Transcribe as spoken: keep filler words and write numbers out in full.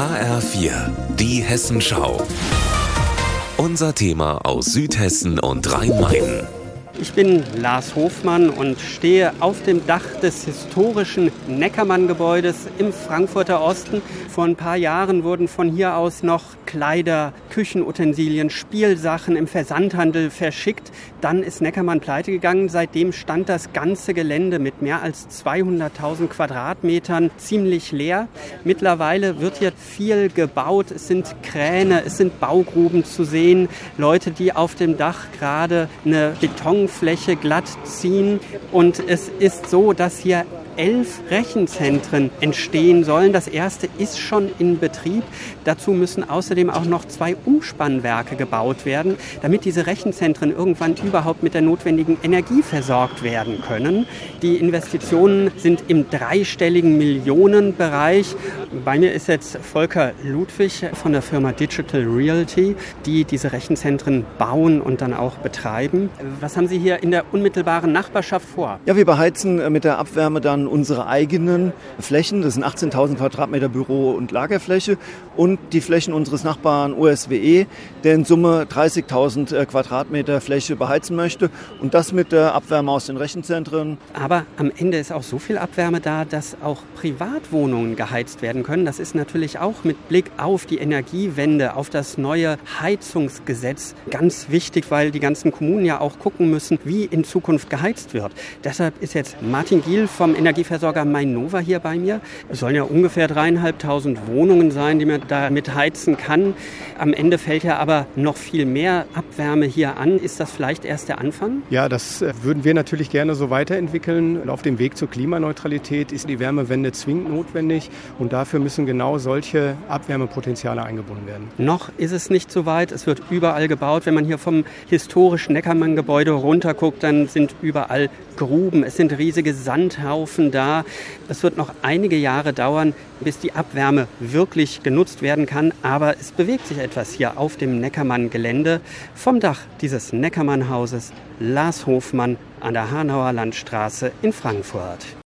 H R vier, die Hessenschau. Unser Thema aus Südhessen und Rhein-Main. Ich bin Lars Hofmann und stehe auf dem Dach des historischen Neckermann-Gebäudes im Frankfurter Osten. Vor ein paar Jahren wurden von hier aus noch Kleider, Küchenutensilien, Spielsachen im Versandhandel verschickt. Dann ist Neckermann pleite gegangen. Seitdem stand das ganze Gelände mit mehr als zweihunderttausend Quadratmetern ziemlich leer. Mittlerweile wird hier viel gebaut. Es sind Kräne, es sind Baugruben zu sehen. Leute, die auf dem Dach gerade eine Betonfläche glatt ziehen. Und es ist so, dass hier elf Rechenzentren entstehen sollen. Das erste ist schon in Betrieb. Dazu müssen außerdem auch noch zwei Umspannwerke gebaut werden, damit diese Rechenzentren irgendwann überhaupt mit der notwendigen Energie versorgt werden können. Die Investitionen sind im dreistelligen Millionenbereich. Bei mir ist jetzt Volker Ludwig von der Firma Digital Realty, die diese Rechenzentren bauen und dann auch betreiben. Was haben Sie hier in der unmittelbaren Nachbarschaft vor? Ja, wir beheizen mit der Abwärme dann unsere eigenen Flächen. Das sind achtzehntausend Quadratmeter Büro- und Lagerfläche und die Flächen unseres Nachbarn O S W E, der in Summe dreißigtausend Quadratmeter Fläche beheizen möchte und das mit der Abwärme aus den Rechenzentren. Aber am Ende ist auch so viel Abwärme da, dass auch Privatwohnungen geheizt werden können. Das ist natürlich auch mit Blick auf die Energiewende, auf das neue Heizungsgesetz ganz wichtig, weil die ganzen Kommunen ja auch gucken müssen, wie in Zukunft geheizt wird. Deshalb ist jetzt Martin Giel vom Energieversorger Mainnova hier bei mir. Es sollen ja ungefähr dreieinhalbtausend Wohnungen sein, die man damit heizen kann. Am Ende fällt ja aber noch viel mehr Abwärme hier an. Ist das vielleicht erst der Anfang? Ja, das würden wir natürlich gerne so weiterentwickeln. Auf dem Weg zur Klimaneutralität ist die Wärmewende zwingend notwendig und dafür müssen genau solche Abwärmepotenziale eingebunden werden. Noch ist es nicht so weit. Es wird überall gebaut. Wenn man hier vom historischen Neckermann-Gebäude runterguckt, dann sind überall Gruben. Es sind riesige Sandhaufen da. Es wird noch einige Jahre dauern, bis die Abwärme wirklich genutzt werden kann. Aber es bewegt sich etwas hier auf dem Neckermann-Gelände. Vom Dach dieses Neckermann-Hauses Lars Hofmann an der Hanauer Landstraße in Frankfurt.